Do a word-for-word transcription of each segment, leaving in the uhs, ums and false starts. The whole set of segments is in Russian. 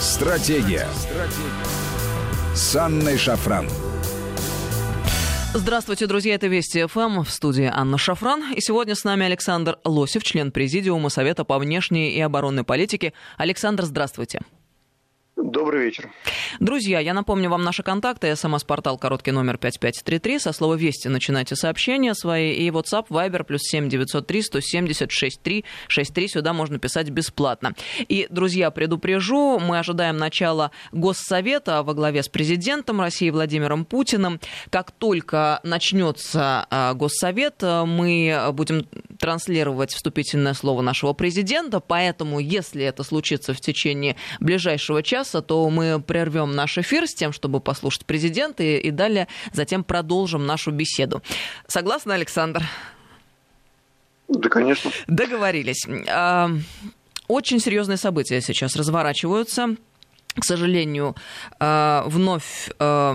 Стратегия. Стратегия. С Анной Шафран. Здравствуйте, друзья, это Вести ФМ, в студии Анна Шафран. И сегодня с нами Александр Лосев, член Президиума Совета по внешней и оборонной политике. Александр, здравствуйте. Добрый вечер. Друзья, я напомню вам наши контакты. СМС-портал короткий номер пять пять три три. Со слова «Вести» начинайте сообщения свои. И WhatsApp, Viber, плюс семь девятьсот три сто семьдесят шестьдесят три шестьдесят три. Сюда можно писать бесплатно. И, друзья, предупрежу, мы ожидаем начала Госсовета во главе с президентом России Владимиром Путиным. Как только начнется Госсовет, мы будем транслировать вступительное слово нашего президента. Поэтому, если это случится в течение ближайшего часа, то мы прервем наш эфир с тем, чтобы послушать президента, и, и далее затем продолжим нашу беседу. Согласны, Александр? Да, конечно. Договорились. Очень серьезные события сейчас разворачиваются. К сожалению, вновь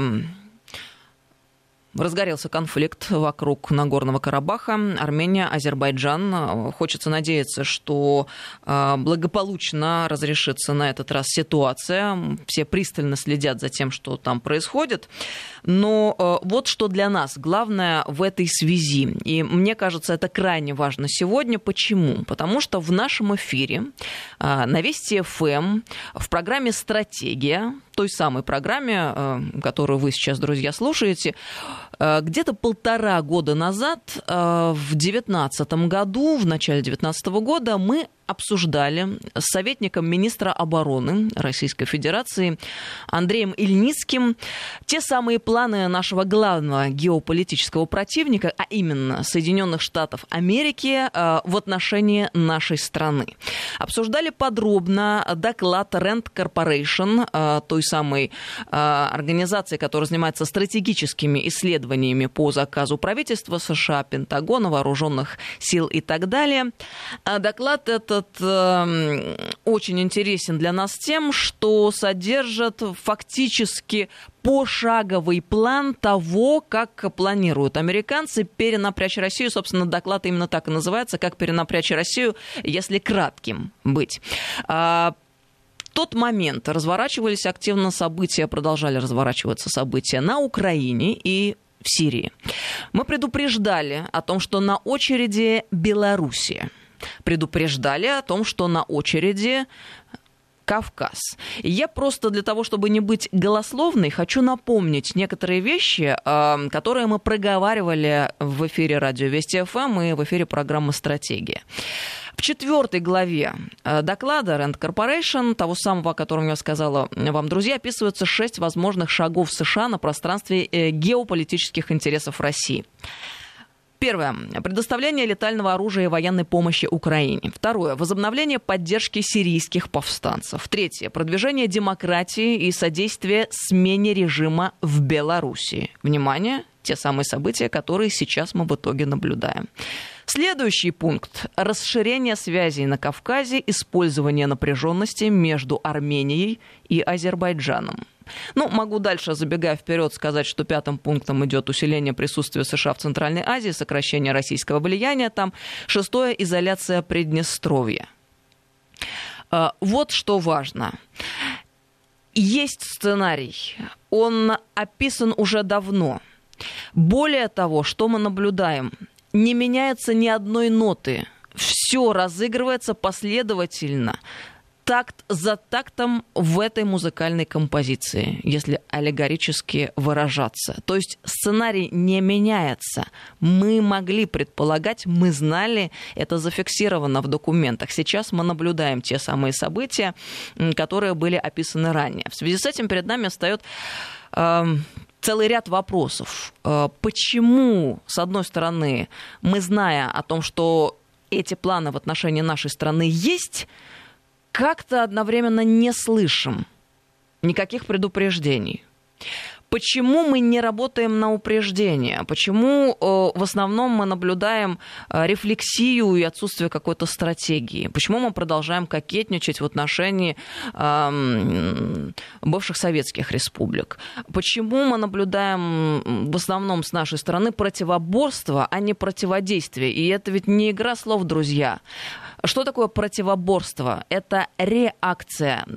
разгорелся конфликт вокруг Нагорного Карабаха. Армения, Азербайджан. Хочется надеяться, что благополучно разрешится на этот раз ситуация. Все пристально следят за тем, что там происходит. Но вот что для нас главное в этой связи. И мне кажется, это крайне важно сегодня. Почему? Потому что в нашем эфире на Вести ФМ в программе «Стратегия», той самой программе, которую вы сейчас, друзья, слушаете, где-то полтора года назад, в две тысячи девятнадцатом году, в начале две тысячи девятнадцатого года, мы обсуждали с советником министра обороны Российской Федерации Андреем Ильницким те самые планы нашего главного геополитического противника, а именно Соединенных Штатов Америки, в отношении нашей страны. Обсуждали подробно доклад Rand Corporation, той самой организации, которая занимается стратегическими исследованиями по заказу правительства США, Пентагона, вооруженных сил и так далее. Доклад этот очень интересен для нас тем, что содержит фактически пошаговый план того, как планируют американцы перенапрячь Россию. Собственно, доклад именно так и называется, как перенапрячь Россию, если кратким быть. В тот момент разворачивались активно события, продолжали разворачиваться события на Украине и в Сирии. Мы предупреждали о том, что на очереди Белоруссия. Предупреждали о том, что на очереди Кавказ. И я просто для того, чтобы не быть голословной, хочу напомнить некоторые вещи, которые мы проговаривали в эфире радио Вести ФМ и в эфире программы «Стратегия». В четвертой главе доклада Rand Corporation, того самого, о котором я сказала вам, друзья, описываются шесть возможных шагов США на пространстве геополитических интересов России. Первое. Предоставление летального оружия и военной помощи Украине. Второе. Возобновление поддержки сирийских повстанцев. Третье. Продвижение демократии и содействие смене режима в Белоруссии. Внимание, те самые события, которые сейчас мы в итоге наблюдаем. Следующий пункт. Расширение связей на Кавказе, использование напряженности между Арменией и Азербайджаном. Ну, могу дальше, забегая вперед, сказать, что пятым пунктом идет усиление присутствия США в Центральной Азии, сокращение российского влияния там. Шестое – изоляция Приднестровья. Вот что важно. Есть сценарий, он описан уже давно. Более того, что мы наблюдаем? Не меняется ни одной ноты. Все разыгрывается последовательно, такт за тактом в этой музыкальной композиции, если аллегорически выражаться. То есть сценарий не меняется. Мы могли предполагать, мы знали, это зафиксировано в документах. Сейчас мы наблюдаем те самые события, которые были описаны ранее. В связи с этим перед нами встает э, целый ряд вопросов. Э, почему, с одной стороны, мы, зная о том, что эти планы в отношении нашей страны есть, как-то одновременно не слышим никаких предупреждений? Почему мы не работаем на упреждение? Почему э, в основном мы наблюдаем э, рефлексию и отсутствие какой-то стратегии? Почему мы продолжаем кокетничать в отношении э, бывших советских республик? Почему мы наблюдаем в основном с нашей стороны противоборство, а не противодействие? И это ведь не игра слов, друзья. Что такое противоборство? Это реакция. Но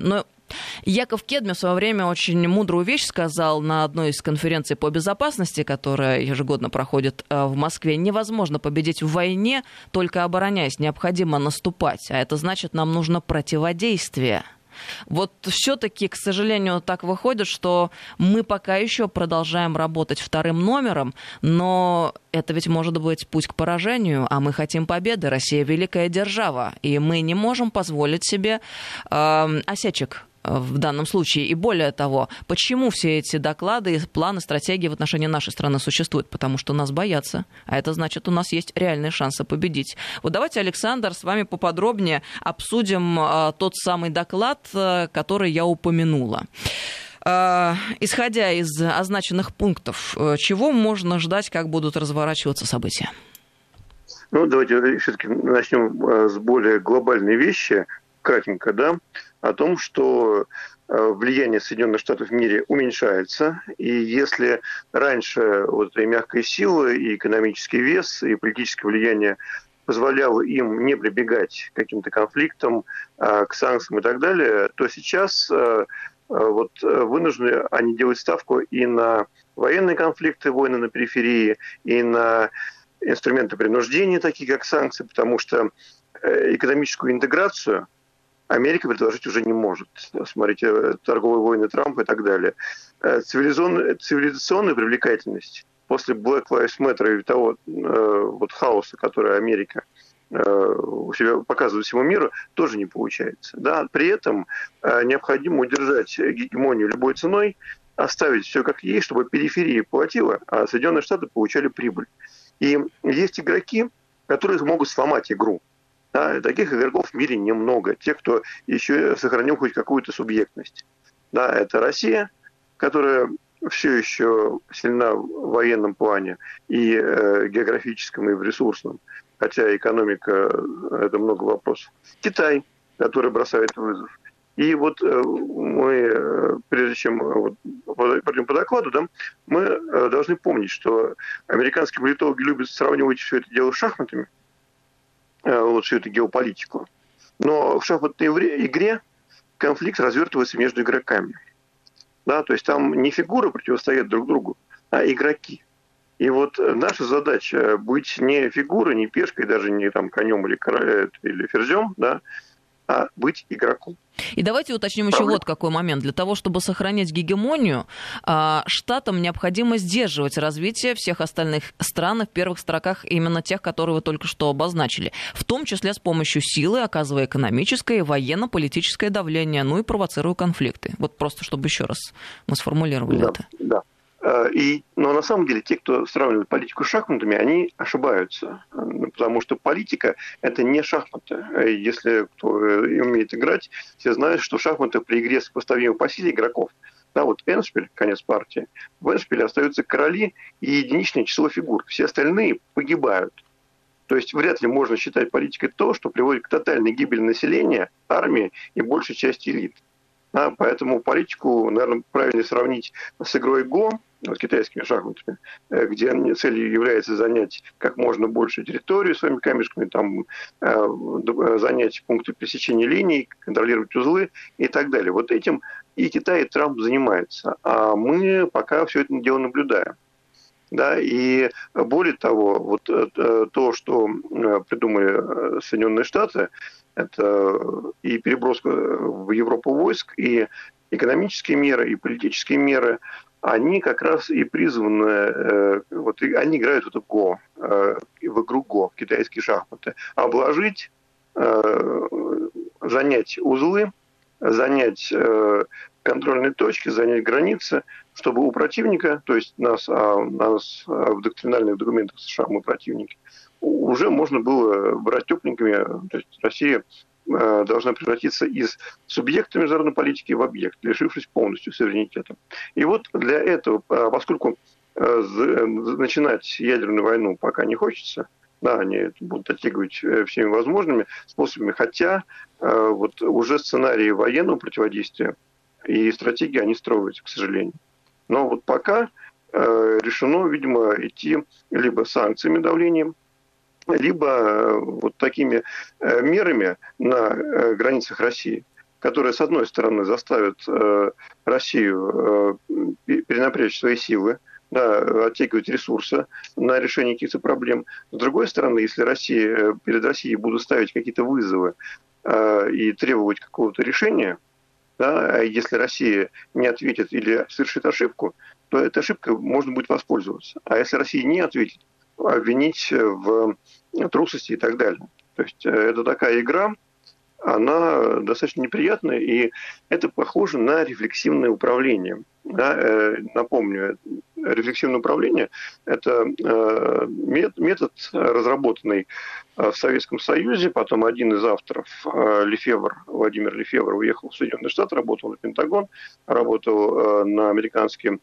Яков Кедми в свое время очень мудрую вещь сказал на одной из конференций по безопасности, которая ежегодно проходит в Москве. Невозможно победить в войне, только обороняясь. Необходимо наступать. А это значит, нам нужно противодействие. Вот все-таки, к сожалению, так выходит, что мы пока еще продолжаем работать вторым номером, но это ведь может быть путь к поражению, а мы хотим победы. Россия великая держава, и мы не можем позволить себе э, осечек в данном случае. И более того, почему все эти доклады, планы, стратегии в отношении нашей страны существуют? Потому что нас боятся. А это значит, у нас есть реальные шансы победить. Вот давайте, Александр, с вами поподробнее обсудим а, тот самый доклад, а, который я упомянула. А, исходя из означенных пунктов, чего можно ждать, как будут разворачиваться события? Ну, давайте все-таки начнем с более глобальной вещи, кратенько, да, о том, что влияние Соединенных Штатов в мире уменьшается, и если раньше вот и мягкая сила, и экономический вес, и политическое влияние позволяло им не прибегать к каким-то конфликтам, к санкциям и так далее, то сейчас вот вынуждены они делать ставку и на военные конфликты, войны на периферии, и на инструменты принуждения, такие как санкции, потому что экономическую интеграцию Америка предложить уже не может. Смотрите, торговые войны Трампа и так далее. Цивилизационная, цивилизационная привлекательность после Black Lives Matter и того вот хаоса, который Америка у себя показывает всему миру, тоже не получается. Да? При этом необходимо удержать гегемонию любой ценой, оставить все как есть, чтобы периферия платила, а Соединенные Штаты получали прибыль. И есть игроки, которые могут сломать игру. Да, таких игроков в мире немного. Те, кто еще сохранил хоть какую-то субъектность. Да, это Россия, которая все еще сильна в военном плане и э, географическом, и в ресурсном. Хотя экономика – это много вопросов. Китай, который бросает вызов. И вот э, мы, прежде чем вот, пойдем по докладу, да, мы э, должны помнить, что американские политологи любят сравнивать все это дело с шахматами. Вот всю эту геополитику. Но в шахматной игре конфликт развертывается между игроками. Да, то есть там не фигуры противостоят друг другу, а игроки. И вот наша задача быть не фигурой, не пешкой, даже не там, конем или, королем, или ферзем, да, а быть игроком. И давайте уточним еще вот какой момент. Для того, чтобы сохранять гегемонию, штатам необходимо сдерживать развитие всех остальных стран в первых строках, именно тех, которые вы только что обозначили. В том числе с помощью силы, оказывая экономическое и военно-политическое давление, ну и провоцируя конфликты. Вот просто, чтобы еще раз мы сформулировали да, это. Да. И, но на самом деле те, кто сравнивает политику с шахматами, они ошибаются. Потому что политика – это не шахматы. Если кто умеет играть, все знают, что шахматы при игре сопоставимы по силе игроков. Да, вот эндшпиль, конец партии. В эндшпиле остаются короли и единичное число фигур. Все остальные погибают. То есть вряд ли можно считать политикой то, что приводит к тотальной гибели населения, армии и большей части элит. А, поэтому политику, наверное, правильно сравнить с игрой Го, с китайскими шахматами, где целью является занять как можно больше территорию своими камешками, там, занять пункты пересечения линий, контролировать узлы и так далее. Вот этим и Китай, и Трамп занимаются. А мы пока все это дело наблюдаем. Да, и более того, вот то, что придумали Соединенные Штаты, это и переброска в Европу войск, и экономические меры, и политические меры, они как раз и призваны, вот они играют в эту Го, в игру Го, в китайские шахматы, обложить, занять узлы, занять контрольные точки, занять границы, чтобы у противника, то есть нас, а, нас в доктринальных документах США мы противники, уже можно было брать тепленькими, то есть Россия э, должна превратиться из субъекта международной политики в объект, лишившись полностью суверенитета. И вот для этого, поскольку э, начинать ядерную войну пока не хочется, да, они будут оттягивать всеми возможными способами, хотя э, вот уже сценарии военного противодействия и стратегии они строятся, к сожалению. Но вот пока э, решено, видимо, идти либо санкциями, давлением, либо вот такими мерами на границах России, которые, с одной стороны, заставят э, Россию э, перенапрячь свои силы, да, оттягивать ресурсы на решение каких-то проблем. С другой стороны, если Россия, перед Россией будут ставить какие-то вызовы э, и требовать какого-то решения, да, а если Россия не ответит или совершит ошибку, то этой ошибкой можно будет воспользоваться. А если Россия не ответит, обвинить в трусости и так далее. То есть это такая игра, она достаточно неприятная, и это похоже на рефлексивное управление. Да, напомню, рефлексивное управление – это метод, разработанный в Советском Союзе. Потом один из авторов, Лефевр, Владимир Лефевр, уехал в Соединенные Штаты, работал на Пентагон, работал на американские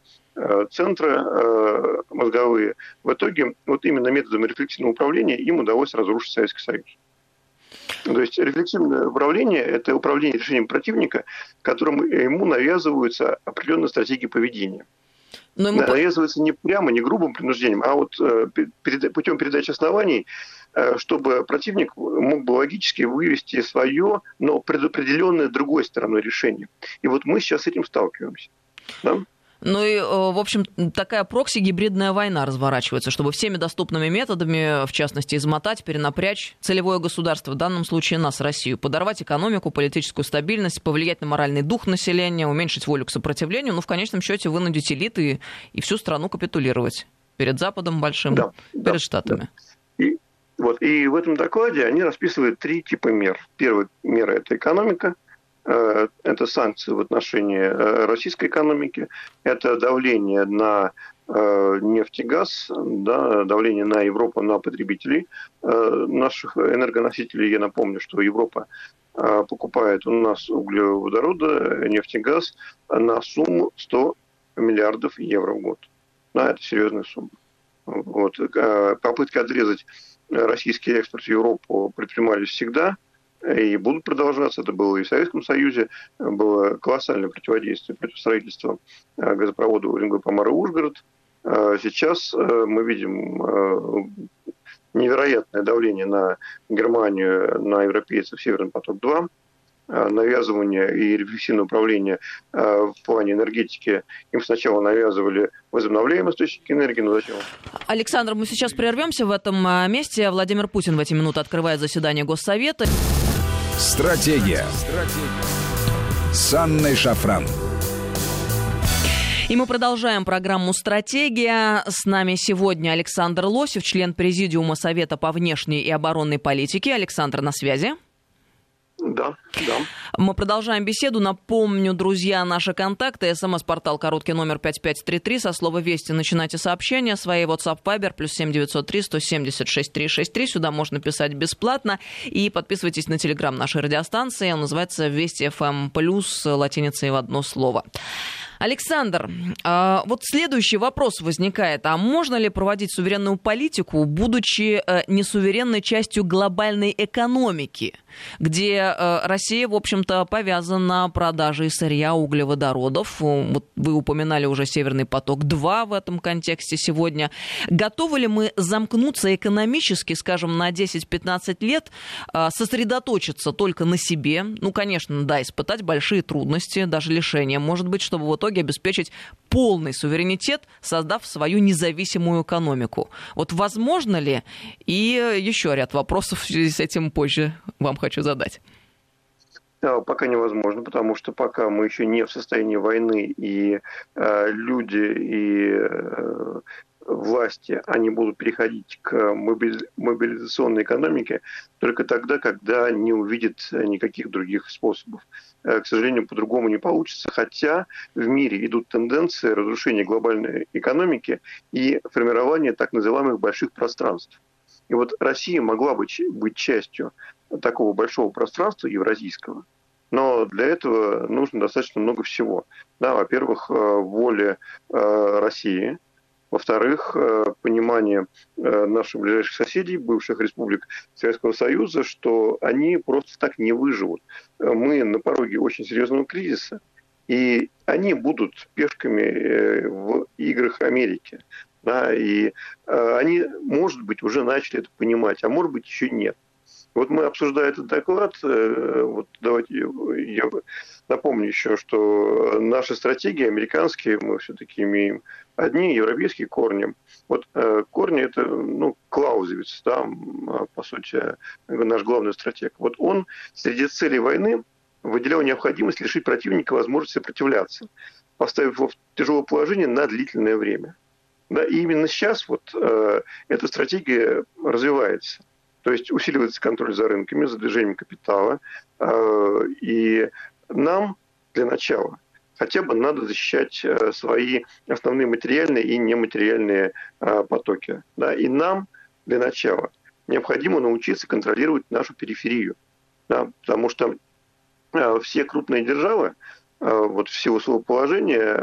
центры мозговые. В итоге вот именно методом рефлексивного управления им удалось разрушить Советский Союз. То есть рефлексивное управление – это управление решением противника, которым ему навязываются определенные стратегии поведения. Но ему... Навязывается не прямо, не грубым принуждением, а вот путем передачи оснований, чтобы противник мог бы логически вывести свое, но предопределенное другой стороной решение. И вот мы сейчас с этим сталкиваемся. Да? Ну и, в общем, такая прокси-гибридная война разворачивается, чтобы всеми доступными методами, в частности, измотать, перенапрячь целевое государство, в данном случае нас, Россию, подорвать экономику, политическую стабильность, повлиять на моральный дух населения, уменьшить волю к сопротивлению, ну, в конечном счете, вынудить элиты и, и всю страну капитулировать перед Западом большим, да, перед да, Штатами. Да. И, вот, и в этом докладе они расписывают три типа мер. Первая мера – это экономика. Это санкции в отношении российской экономики, это давление на нефть и газ, да, давление на Европу, на потребителей наших энергоносителей. Я напомню, что Европа покупает у нас углеводороды, нефть и газ на сумму сто миллиардов евро в год. Да, это серьезная сумма. Вот. Попытки отрезать российский экспорт в Европу предпринимались всегда и будут продолжаться. Это было и в Советском Союзе, было колоссальное противодействие против строительства газопровода Уренгой-Помара-Ужгород. Сейчас мы видим невероятное давление на Германию, на европейцев «Северный поток-два», навязывание и рефлексивное управление в плане энергетики. Им сначала навязывали возобновляемые источники энергии, но зачем? Александр, мы сейчас прервемся в этом месте. Владимир Путин в эти минуты открывает заседание Госсовета. Стратегия. Стратегия. С Анной Шафран. И мы продолжаем программу «Стратегия». С нами сегодня Александр Лосев, член Президиума Совета по внешней и оборонной политике. Александр, на связи? Да, да. Мы продолжаем беседу. Напомню, друзья, наши контакты. СМС-портал короткий номер пять пять три три. Со слова «Вести» начинайте сообщения. Свои WhatsApp, Viber, плюс семь девятьсот три сто семьдесят шесть триста шестьдесят три. Сюда можно писать бесплатно. И подписывайтесь на телеграм нашей радиостанции. Он называется «Вести эф эм плюс», латиницей в одно слово. Александр, вот следующий вопрос возникает. А можно ли проводить суверенную политику, будучи несуверенной частью глобальной экономики, где Россия, в общем-то, повязана продажей сырья, углеводородов? Вот вы упоминали уже «Северный поток-два» в этом контексте сегодня. Готовы ли мы замкнуться экономически, скажем, на десять-пятнадцать лет, сосредоточиться только на себе? Ну, конечно, да, испытать большие трудности, даже лишения, может быть, чтобы в итоге обеспечить полный суверенитет, создав свою независимую экономику. Вот возможно ли? И еще ряд вопросов в связи с этим позже вам хочу задать. Да, пока невозможно, потому что пока мы еще не в состоянии войны, и э, люди, и э, власти, они будут переходить к мобилизационной экономике только тогда, когда не увидят никаких других способов. К сожалению, по-другому не получится, хотя в мире идут тенденции разрушения глобальной экономики и формирования так называемых больших пространств. И вот Россия могла бы быть частью такого большого пространства евразийского, но для этого нужно достаточно много всего. Да, во-первых, воля России, во-вторых, понимание наших ближайших соседей, бывших республик Советского Союза, что они просто так не выживут. Мы на пороге очень серьезного кризиса, и они будут пешками в играх Америки. Да, и они, может быть, уже начали это понимать, а может быть, еще нет. Вот мы, обсуждая этот доклад, вот давайте я напомню еще, что наши стратегии американские, мы все-таки имеем одни европейские корни. Вот корни это, ну, Клаузевиц, да, по сути, наш главный стратег. Вот он среди целей войны выделял необходимость лишить противника возможности сопротивляться, поставив его в тяжелое положение на длительное время. Да, и именно сейчас вот э, эта стратегия развивается. То есть усиливается контроль за рынками, за движением капитала. Э, и нам для начала хотя бы надо защищать э, свои основные материальные и нематериальные э, потоки. Да, и нам для начала необходимо научиться контролировать нашу периферию. Да, потому что э, все крупные державы, вот в силу своего положения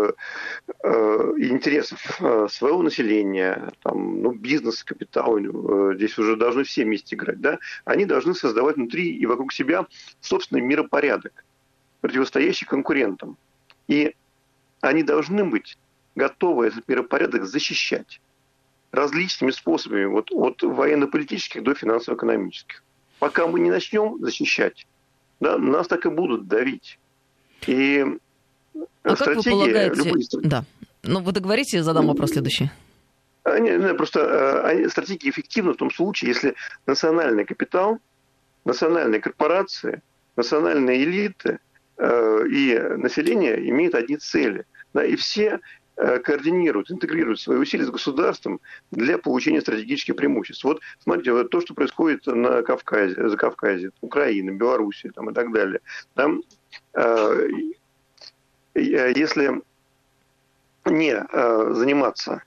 и интересов своего населения, там, ну, бизнес, капитал, здесь уже должны все вместе играть, да, они должны создавать внутри и вокруг себя собственный миропорядок, противостоящий конкурентам. И они должны быть готовы этот миропорядок защищать различными способами, вот, от военно-политических до финансово-экономических. Пока мы не начнем защищать, да, нас так и будут давить. И а как вы полагаете... Любой... Да. Ну, вы договорите, я задам вопрос следующий. Они, просто они, стратегия эффективна в том случае, если национальный капитал, национальные корпорации, национальные элиты э, и население имеют одни цели. Да, и все э, координируют, интегрируют свои усилия с государством для получения стратегических преимуществ. Вот смотрите, вот то, что происходит на Кавказе, за Кавказе, Украина, Белоруссия там, и так далее. Там если не заниматься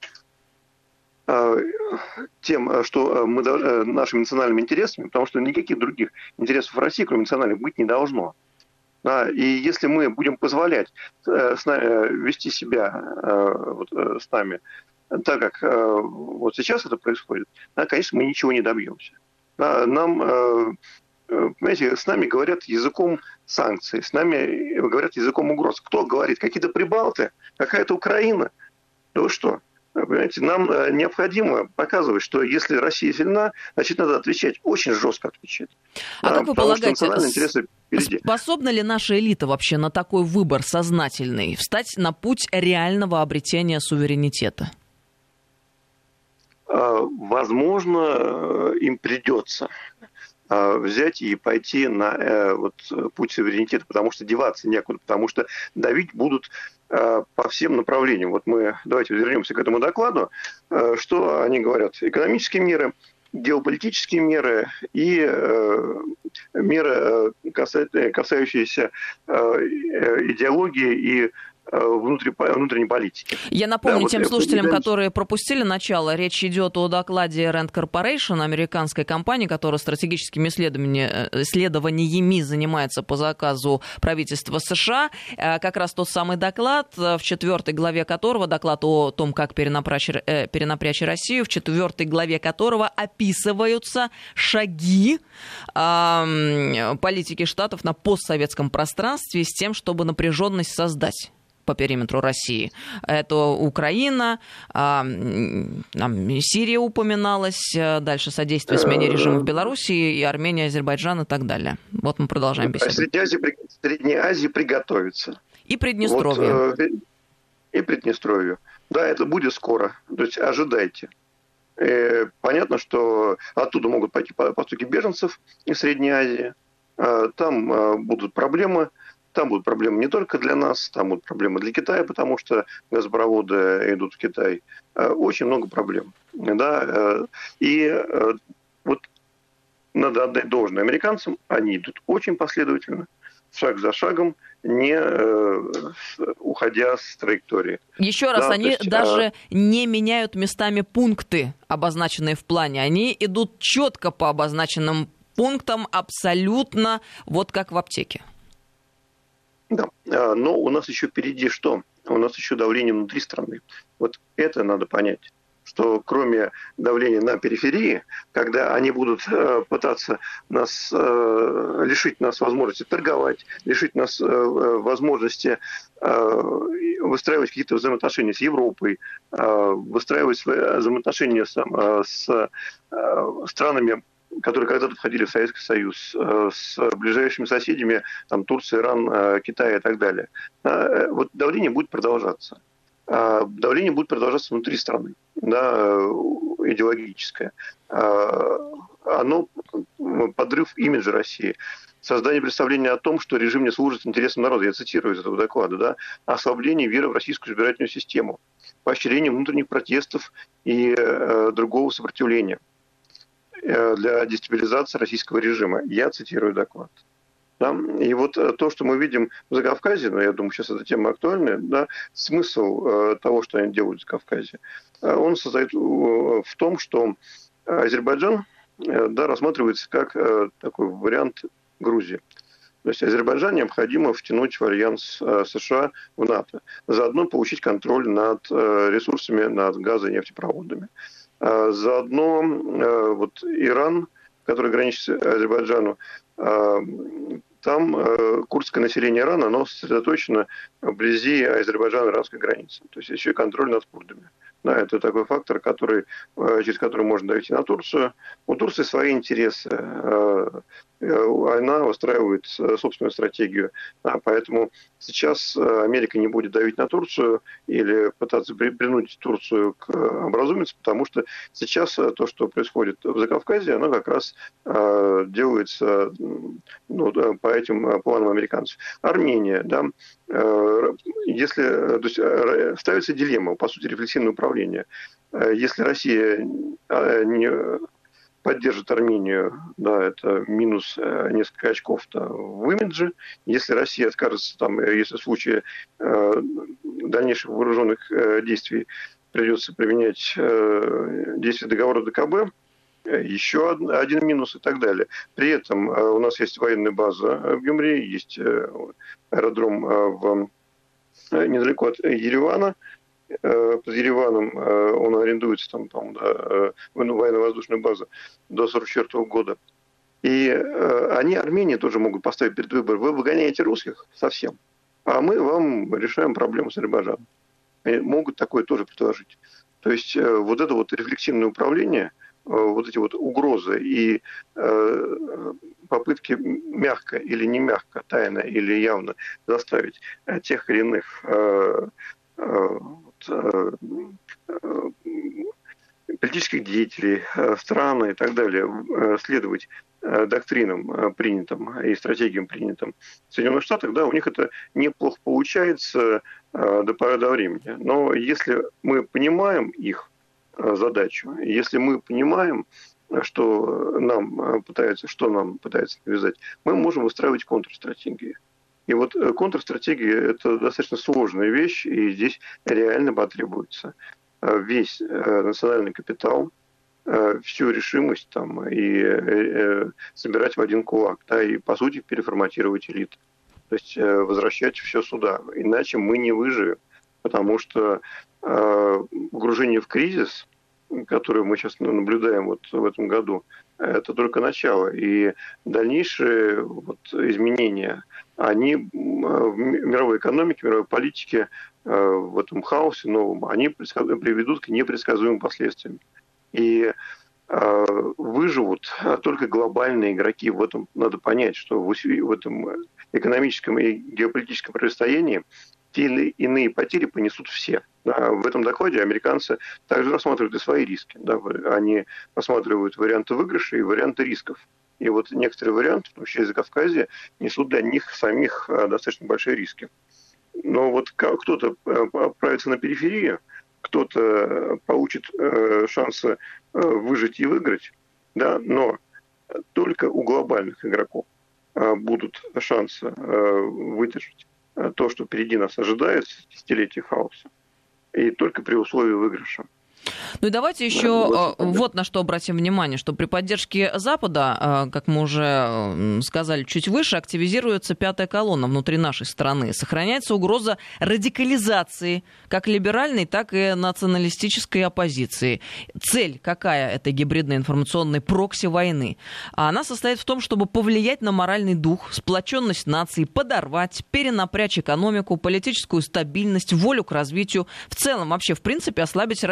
тем, что мы нашими национальными интересами, потому что никаких других интересов России, кроме национальных, быть не должно. И если мы будем позволять с нами, вести себя вот, с нами так, как вот сейчас это происходит, конечно, мы ничего не добьемся. Нам... Понимаете, с нами говорят языком санкций, с нами говорят языком угроз. Кто говорит? Какие-то прибалты? Какая-то Украина? Да вы что? Понимаете, нам необходимо показывать, что если Россия сильна, значит, надо отвечать, очень жестко отвечать. А да, как вы полагаете, способна ли наша элита вообще на такой выбор сознательный, встать на путь реального обретения суверенитета? Возможно, им придется взять и пойти на э, вот, путь суверенитета, потому что деваться некуда, потому что давить будут э, по всем направлениям. Вот мы, давайте вернемся к этому докладу. Э, что они говорят? Экономические меры, геополитические меры и э, меры, э, касающиеся э, идеологии и внутренней политики. Я напомню да, вот тем слушателям, это... которые пропустили начало, речь идет о докладе Rand Corporation, американской компании, которая стратегическими исследованиями, исследованиями занимается по заказу правительства США. Как раз тот самый доклад, в четвертой главе которого, доклад о том, как перенапрячь, перенапрячь Россию, в четвертой главе которого описываются шаги э, политики Штатов на постсоветском пространстве с тем, чтобы напряженность создать по периметру России. Это Украина, Сирия упоминалась, дальше содействие смене режима в Белоруссии, и Армения, Азербайджан и так далее. Вот мы продолжаем беседу. Средней Азии, Средней Азии приготовиться. И Приднестровье. Вот, и Приднестровью. Да, это будет скоро. То есть ожидайте. И понятно, что оттуда могут пойти потоки беженцев из Средней Азии. Там будут проблемы. Там будут проблемы не только для нас, там будут проблемы для Китая, потому что газопроводы идут в Китай. Очень много проблем. Да? И вот надо отдать должное американцам, они идут очень последовательно, шаг за шагом, не уходя с траектории. Еще раз, да, они есть, даже а... не меняют местами пункты, обозначенные в плане. Они идут четко по обозначенным пунктам, абсолютно вот как в аптеке. Да, но у нас еще впереди что? У нас еще давление внутри страны. Вот это надо понять, что кроме давления на периферии, когда они будут пытаться нас, лишить нас возможности торговать, лишить нас возможности выстраивать какие-то взаимоотношения с Европой, выстраивать свои взаимоотношения с, с странами которые когда-то входили в Советский Союз, с ближайшими соседями, там, Турция, Иран, Китай и так далее. Вот давление будет продолжаться. Давление будет продолжаться внутри страны, да, идеологическое. Оно подрыв имиджа России. Создание представления о том, что режим не служит интересам народа, я цитирую из этого доклада, да, ослабление веры в российскую избирательную систему, поощрение внутренних протестов и э, другого сопротивления э, для дестабилизации российского режима. Я цитирую доклад. Да? И вот э, то, что мы видим в Закавказье, ну, я думаю, сейчас эта тема актуальная, да, смысл э, того, что они делают в Закавказье, э, он состоит э, в том, что Азербайджан э, да, рассматривается как э, такой вариант Грузии. То есть Азербайджан необходимо втянуть в альянс США в НАТО, заодно получить контроль над ресурсами, над газо- и нефтепроводами. Заодно вот Иран, который граничит с Азербайджаном, там курдское население Ирана, оно сосредоточено вблизи азербайджано-иранской границы. То есть еще и контроль над курдами. Да, это такой фактор, который, через который можно дойти на Турцию. У Турции свои интересы. Она выстраивает собственную стратегию. Поэтому сейчас Америка не будет давить на Турцию или пытаться принудить Турцию к образумиться, потому что сейчас то, что происходит в Закавказье, оно как раз делается, ну, по этим планам американцев. Армения, да, если, то есть, ставится дилемма, по сути, рефлексивное управление. Если Россия не поддержит Армению, да, это минус несколько очков в имидже. Если Россия откажется, там, если в случае дальнейших вооруженных действий придется применять действия договора ДКБ, еще один минус и так далее. При этом у нас есть военная база в Гюмри, есть аэродром в, недалеко от Еревана. Под Ереваном он арендуется, там, по-моему, да, военно-воздушная база до сорок четвёртого года. И они, Армения, тоже могут поставить перед выбором: вы выгоняете русских совсем, а мы вам решаем проблему с Азербайджаном. И могут такое тоже предложить. То есть вот это вот рефлексивное управление, вот эти вот угрозы и э, попытки мягко или не мягко, тайно или явно заставить тех или иных э, э, э, э, политических деятелей, э, стран и так далее э, следовать э, доктринам э, принятым и стратегиям принятым в Соединенных Штатах, да, у них это неплохо получается э, до поры до времени. Но если мы понимаем их задачу. Если мы понимаем, что нам пытаются, что нам пытаются навязать, мы можем выстраивать контрстратегии. И вот контрстратегия – это достаточно сложная вещь, и здесь реально потребуется весь национальный капитал, всю решимость там, и собирать в один кулак, да, и, по сути, переформатировать элиту. То есть возвращать все сюда. Иначе мы не выживем, потому что погружение в кризис, который мы сейчас наблюдаем вот в этом году, это только начало. И дальнейшие вот изменения, они в мировой экономике, в мировой политике, в этом хаосе новом, они приведут к непредсказуемым последствиям. И выживут только глобальные игроки. В этом надо понять, что в этом экономическом и геополитическом противостоянии те или иные потери понесут все. Да, в этом докладе американцы также рассматривают и свои риски. Да, они рассматривают варианты выигрыша и варианты рисков. И вот некоторые варианты, в том числе из Закавказья, несут для них самих достаточно большие риски. Но вот кто-то отправится на периферию, кто-то получит шансы выжить и выиграть, да, но только у глобальных игроков будут шансы выдержать то, что впереди нас ожидает, десятилетие хаоса, и только при условии выигрыша. Ну и давайте еще да, вот на что обратим внимание, что при поддержке Запада, как мы уже сказали чуть выше, активизируется пятая колонна внутри нашей страны. Сохраняется угроза радикализации как либеральной, так и националистической оппозиции. Цель какая этой гибридной информационной прокси-войны? Она состоит в том, чтобы повлиять на моральный дух, сплоченность нации, подорвать, перенапрячь экономику, политическую стабильность, волю к развитию, в целом вообще, в принципе, ослабить Россию.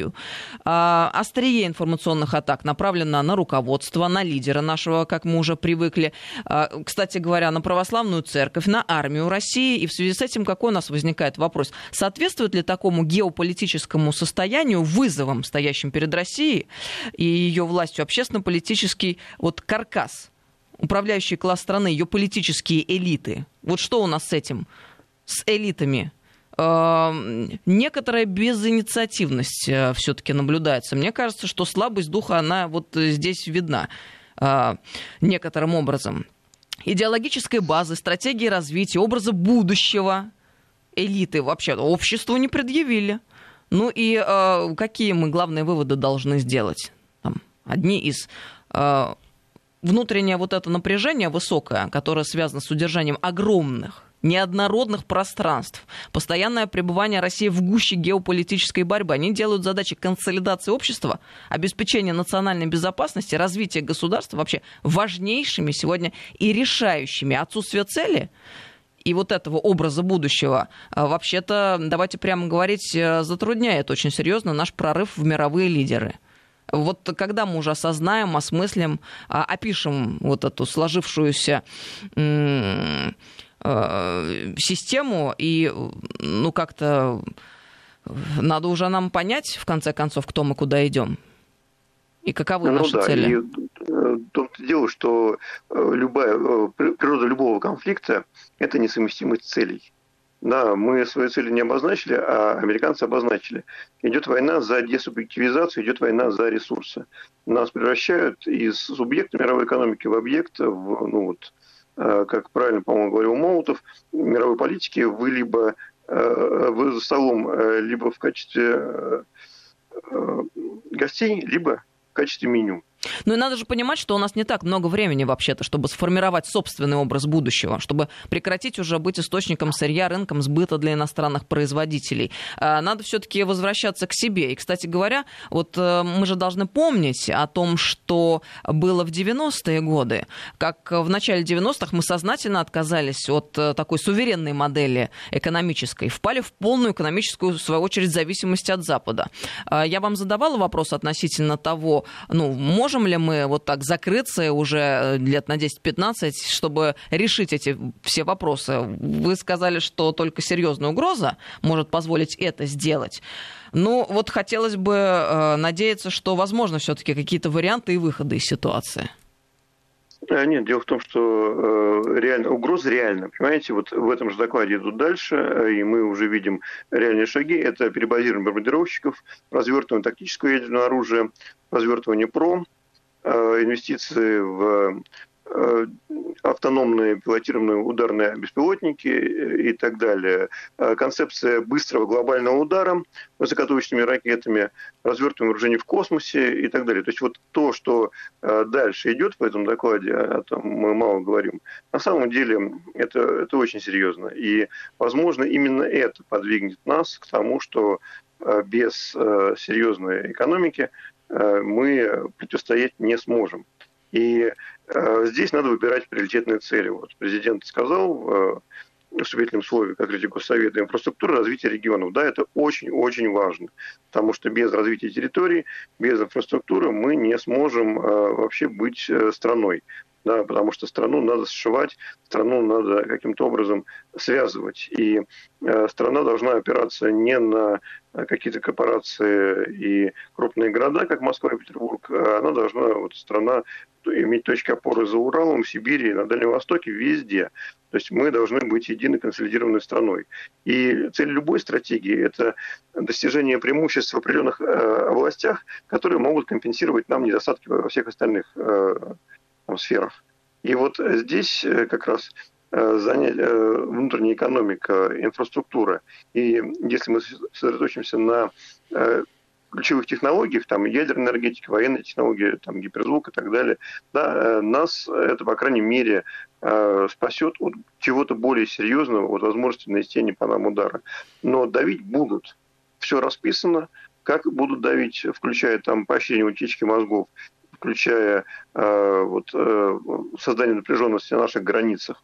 Россию. Острие информационных атак направлено на руководство, на лидера нашего, как мы уже привыкли. Кстати говоря, на православную церковь, на армию России. И в связи с этим какой у нас возникает вопрос? Соответствует ли такому геополитическому состоянию, вызовам, стоящим перед Россией и ее властью, общественно-политический вот каркас, управляющий класс страны, ее политические элиты? Вот что у нас с этим, с элитами? Некоторая безинициативность все-таки наблюдается. Мне кажется, что слабость духа, она вот здесь видна некоторым образом. Идеологической базы, стратегии развития, образа будущего элиты вообще обществу не предъявили. Ну и э, какие мы главные выводы должны сделать? Там, одни из... Э, внутреннее вот это напряжение высокое, которое связано с удержанием огромных, неоднородных пространств, постоянное пребывание России в гуще геополитической борьбы. Они делают задачи консолидации общества, обеспечения национальной безопасности, развития государства вообще важнейшими сегодня и решающими. Отсутствие цели и вот этого образа будущего, вообще-то, давайте прямо говорить, затрудняет очень серьезно наш прорыв в мировые лидеры. Вот когда мы уже осознаем, осмыслим, опишем вот эту сложившуюся систему, и ну как-то надо уже нам понять, в конце концов, кто мы, куда идем, и каковы ну, наши да, цели. И в том-то дело, что любая, природа любого конфликта – это несовместимость целей. Да, мы свои цели не обозначили, а американцы обозначили. Идет война за десубъективизацию, идет война за ресурсы. Нас превращают из субъекта мировой экономики в объект, в, ну вот, как правильно, по-моему, говорил Молотов, мировой политики вы либо вы за столом либо в качестве гостей, либо в качестве меню. Ну и надо же понимать, что у нас не так много времени вообще-то, чтобы сформировать собственный образ будущего, чтобы прекратить уже быть источником сырья, рынком сбыта для иностранных производителей. Надо все-таки возвращаться к себе. И, кстати говоря, вот мы же должны помнить о том, что было в девяностые годы, как в начале девяностых мы сознательно отказались от такой суверенной модели экономической, впали в полную экономическую, в свою очередь, зависимость от Запада. Я вам задавала вопрос относительно того, ну, можем ли мы вот так закрыться уже лет на десять-пятнадцать, чтобы решить эти все вопросы? Вы сказали, что только серьезная угроза может позволить это сделать. Ну, вот хотелось бы э, надеяться, что возможно все-таки какие-то варианты и выходы из ситуации. Нет, дело в том, что э, реально, угрозы реально. Понимаете, вот в этом же докладе идут дальше, и мы уже видим реальные шаги. Это перебазирование бомбардировщиков, развертывание тактического ядерного оружия, развертывание ПРО, инвестиции в автономные пилотируемые ударные беспилотники и так далее. Концепция быстрого глобального удара высокоточными ракетами, развертывание вооружений в космосе и так далее. То есть вот то, что дальше идет в этом докладе, о том мы мало говорим, на самом деле это, это очень серьезно. И, возможно, именно это подвигнет нас к тому, что без серьезной экономики мы противостоять не сможем. И э, здесь надо выбирать приоритетные цели. Вот президент сказал в э, вступительном слове, как критик Госсовета, инфраструктура развития регионов. Да, это очень-очень важно, потому что без развития территорий, без инфраструктуры мы не сможем э, вообще быть э, страной. Да, потому что страну надо сшивать, страну надо каким-то образом связывать. И э, страна должна опираться не на какие-то корпорации и крупные города, как Москва и Петербург, а она должна, вот, страна, иметь точки опоры за Уралом, в Сибири, на Дальнем Востоке, везде. То есть мы должны быть единой консолидированной страной. И цель любой стратегии – это достижение преимуществ в определенных э, областях, которые могут компенсировать нам недостатки во всех остальных э, там, сферах. И вот здесь как раз занять, внутренняя экономика, инфраструктура. И если мы сосредоточимся на ключевых технологиях, там ядерная энергетика, военная технология, там гиперзвук и так далее, да, нас это, по крайней мере, спасет от чего-то более серьезного, от возможности нанесения по нам удара. Но давить будут. Все расписано, как будут давить, включая там поощрение утечки мозгов, включая э, вот, э, создание напряженности на наших границах.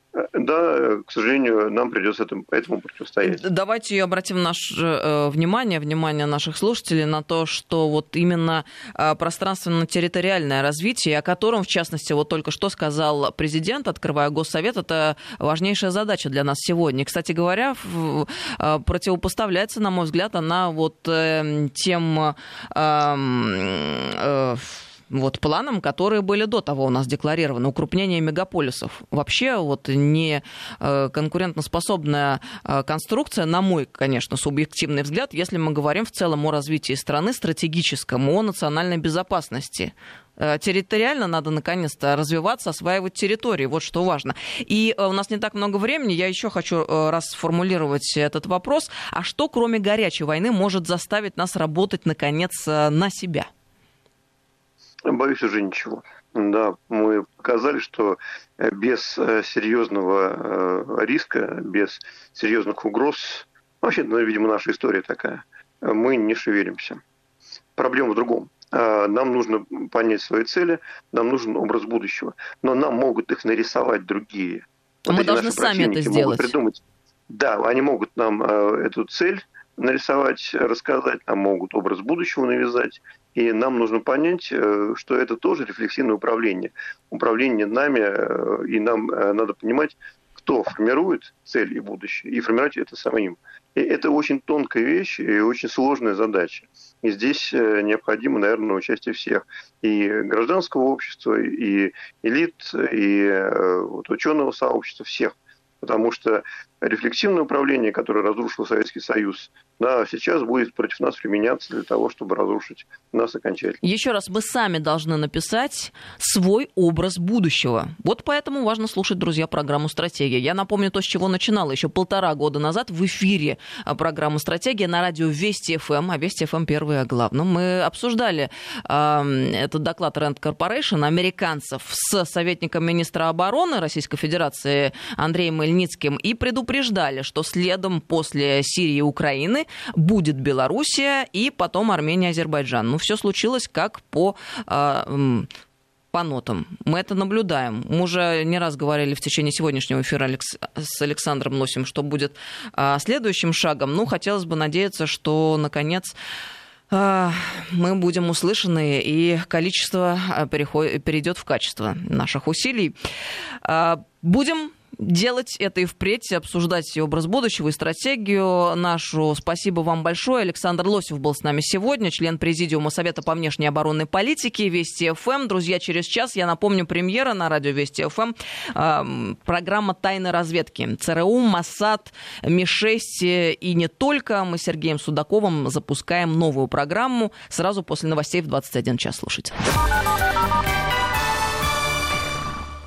да, к сожалению, нам придется этому, этому противостоять. Давайте обратим наше э, внимание, внимание наших слушателей на то, что вот именно э, пространственно-территориальное развитие, о котором, в частности, вот только что сказал президент, открывая Госсовет, это важнейшая задача для нас сегодня. Кстати говоря, в, э, противопоставляется, на мой взгляд, она вот э, тем... Э, э, Вот планам, которые были до того у нас декларированы. Укрупнение мегаполисов. Вообще вот не конкурентоспособная конструкция, на мой, конечно, субъективный взгляд, если мы говорим в целом о развитии страны стратегическом, о национальной безопасности. Территориально надо наконец-то развиваться, осваивать территории. Вот что важно. И у нас не так много времени. Я еще хочу раз сформулировать этот вопрос. А что, кроме горячей войны, может заставить нас работать, наконец, на себя? Боюсь, уже ничего. Да, мы показали, что без серьезного риска, без серьезных угроз, вообще, ну, видимо, наша история такая, мы не шевелимся. Проблема в другом. Нам нужно понять свои цели, нам нужен образ будущего, но нам могут их нарисовать другие. Вот мы должны сами это сделать. Придумать. Да, они могут нам эту цель нарисовать, рассказать, нам могут образ будущего навязать. И нам нужно понять, что это тоже рефлексивное управление. Управление нами, и нам надо понимать, кто формирует цель и будущее, и формировать это самим. И это очень тонкая вещь и очень сложная задача. И здесь необходимо, наверное, участие всех. И гражданского общества, и элит, и вот ученого сообщества, всех. Потому что рефлексивное управление, которое разрушило Советский Союз, да, сейчас будет против нас применяться для того, чтобы разрушить нас окончательно. Еще раз, мы сами должны написать свой образ будущего. Вот поэтому важно слушать, друзья, программу «Стратегия». Я напомню то, с чего начинала еще полтора года назад в эфире программу «Стратегия» на радио Вести эф эм, а Вести эф эм первый о главном. Мы обсуждали э, этот доклад Rand Corporation американцев с советником министра обороны Российской Федерации Андреем Ильницким и предупреждали, что следом после Сирии и Украины будет Белоруссия и потом Армения, Азербайджан. Ну, все случилось как по, э, по нотам. Мы это наблюдаем. Мы уже не раз говорили в течение сегодняшнего эфира Алекс... с Александром Лосем, что будет э, следующим шагом. Ну, хотелось бы надеяться, что, наконец, э, мы будем услышаны, и количество переход... перейдет в качество наших усилий. Э, будем делать это и впредь, обсуждать и образ будущего, и стратегию нашу. Спасибо вам большое. Александр Лосев был с нами сегодня, член Президиума Совета по внешней оборонной политике Вести эф эм. Друзья, через час, я напомню, премьера на радио Вести эф эм. Э, программа «Тайны разведки». ЦРУ, Моссад, Ми шесть и не только. Мы с Сергеем Судаковым запускаем новую программу сразу после новостей в двадцать один час. Слушайте.